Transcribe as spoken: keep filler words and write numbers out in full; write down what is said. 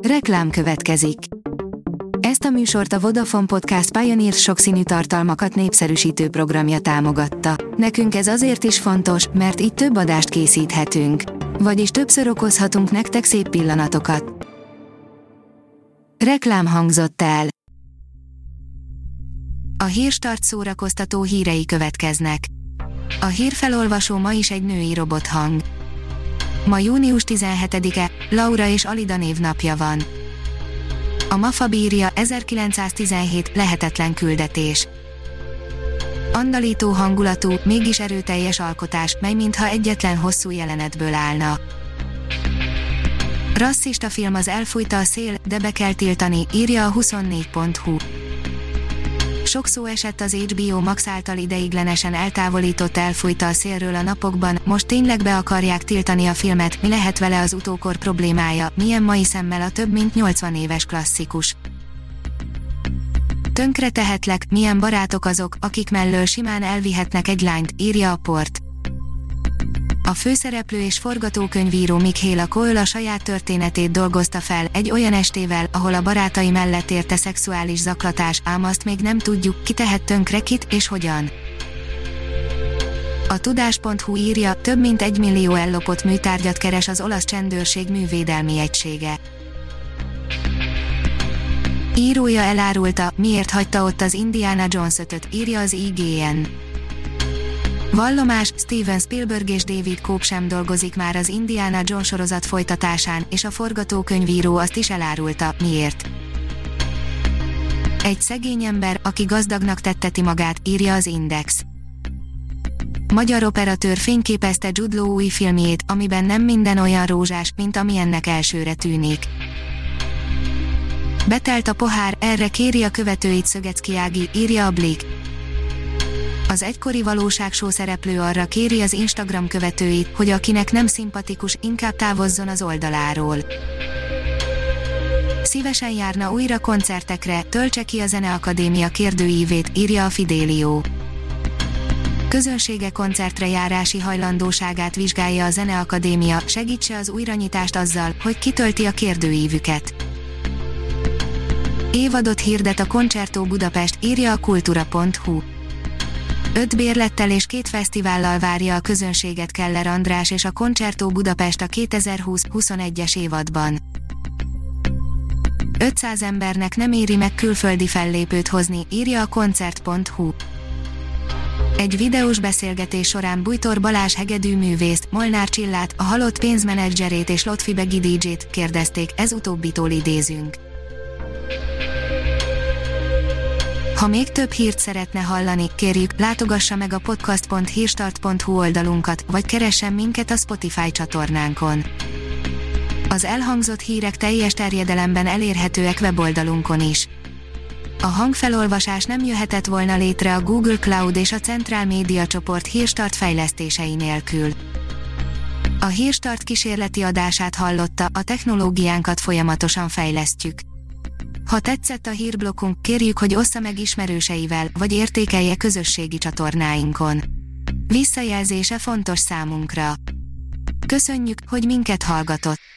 Reklám következik. Ezt a műsort a Vodafone Podcast Pioneer sokszínű tartalmakat népszerűsítő programja támogatta. Nekünk ez azért is fontos, mert így több adást készíthetünk. Vagyis többször okozhatunk nektek szép pillanatokat. Reklám hangzott el. A Hírstart szórakoztató hírei következnek. A hírfelolvasó ma is egy női robothang. Ma június tizenhetedike, Laura és Alida névnapja van. A MAFA bírja, ezerkilencszáztizenhét, lehetetlen küldetés. Andalító hangulatú, mégis erőteljes alkotás, mely mintha egyetlen hosszú jelenetből állna. Rasszista film az Elfújta a szél, de be kell tiltani, írja a huszonnégy pont hu. Sok szó esett az há bé o Max által ideiglenesen eltávolított Elfújta a szélről a napokban, most tényleg be akarják tiltani a filmet, mi lehet vele az utókor problémája, milyen mai szemmel a több mint nyolcvan éves klasszikus. Tönkre tehetlek, milyen barátok azok, akik mellől simán elvihetnek egy lányt, írja a Port. A főszereplő és forgatókönyvíró Michaela Coel a saját történetét dolgozta fel, egy olyan estével, ahol a barátai mellett érte szexuális zaklatás, ám azt még nem tudjuk, ki tehet tönkre kit, és hogyan. A tudás pont hu írja, több mint egy millió ellopott műtárgyat keres az olasz csendőrség művédelmi egysége. Írója elárulta, miért hagyta ott az Indiana Jones ötöt, írja az i gé en. Vallomás, Steven Spielberg és David Koepp sem dolgozik már az Indiana Jones sorozat folytatásán, és a forgatókönyvíró azt is elárulta, miért. Egy szegény ember, aki gazdagnak tetteti magát, írja az Index. Magyar operatőr fényképezte Jude Law új filmjét, amiben nem minden olyan rózsás, mint ami ennek elsőre tűnik. Betelt a pohár, erre kéri a követőit Szögecki Ági, írja a Blick. Az egykori valóságshow szereplő arra kéri az Instagram követőit, hogy akinek nem szimpatikus, inkább távozzon az oldaláról. Szívesen járna újra koncertekre, töltse ki a Zeneakadémia kérdőívét, írja a Fidelio. Közönsége koncertre járási hajlandóságát vizsgálja a Zeneakadémia, segítse az újranyitást azzal, hogy kitölti a kérdőívüket. Évadot hirdet a Concerto Budapest, írja a kultura pont hu. Öt bérlettel és két fesztivállal várja a közönséget Keller András és a Concerto Budapest a kétezer-húsz-huszonegyes évadban. ötszáz embernek nem éri meg külföldi fellépőt hozni, írja a koncert pont hu. Egy videós beszélgetés során Bújtor Balázs hegedű művészt, Molnár Csillát, a halott pénzmenedzserét és Lotfi Begi dé dzsét kérdezték, ez utóbbitól idézünk. Ha még több hírt szeretne hallani, kérjük, látogassa meg a podcast pont hírstart pont hu oldalunkat, vagy keressen minket a Spotify csatornánkon. Az elhangzott hírek teljes terjedelemben elérhetőek weboldalunkon is. A hangfelolvasás nem jöhetett volna létre a Google Cloud és a Centrál Média csoport Hírstart fejlesztései nélkül. A Hírstart kísérleti adását hallotta, a technológiánkat folyamatosan fejlesztjük. Ha tetszett a hírblokkunk, kérjük, hogy ossza meg ismerőseivel, vagy értékelje közösségi csatornáinkon. Visszajelzése fontos számunkra. Köszönjük, hogy minket hallgatott!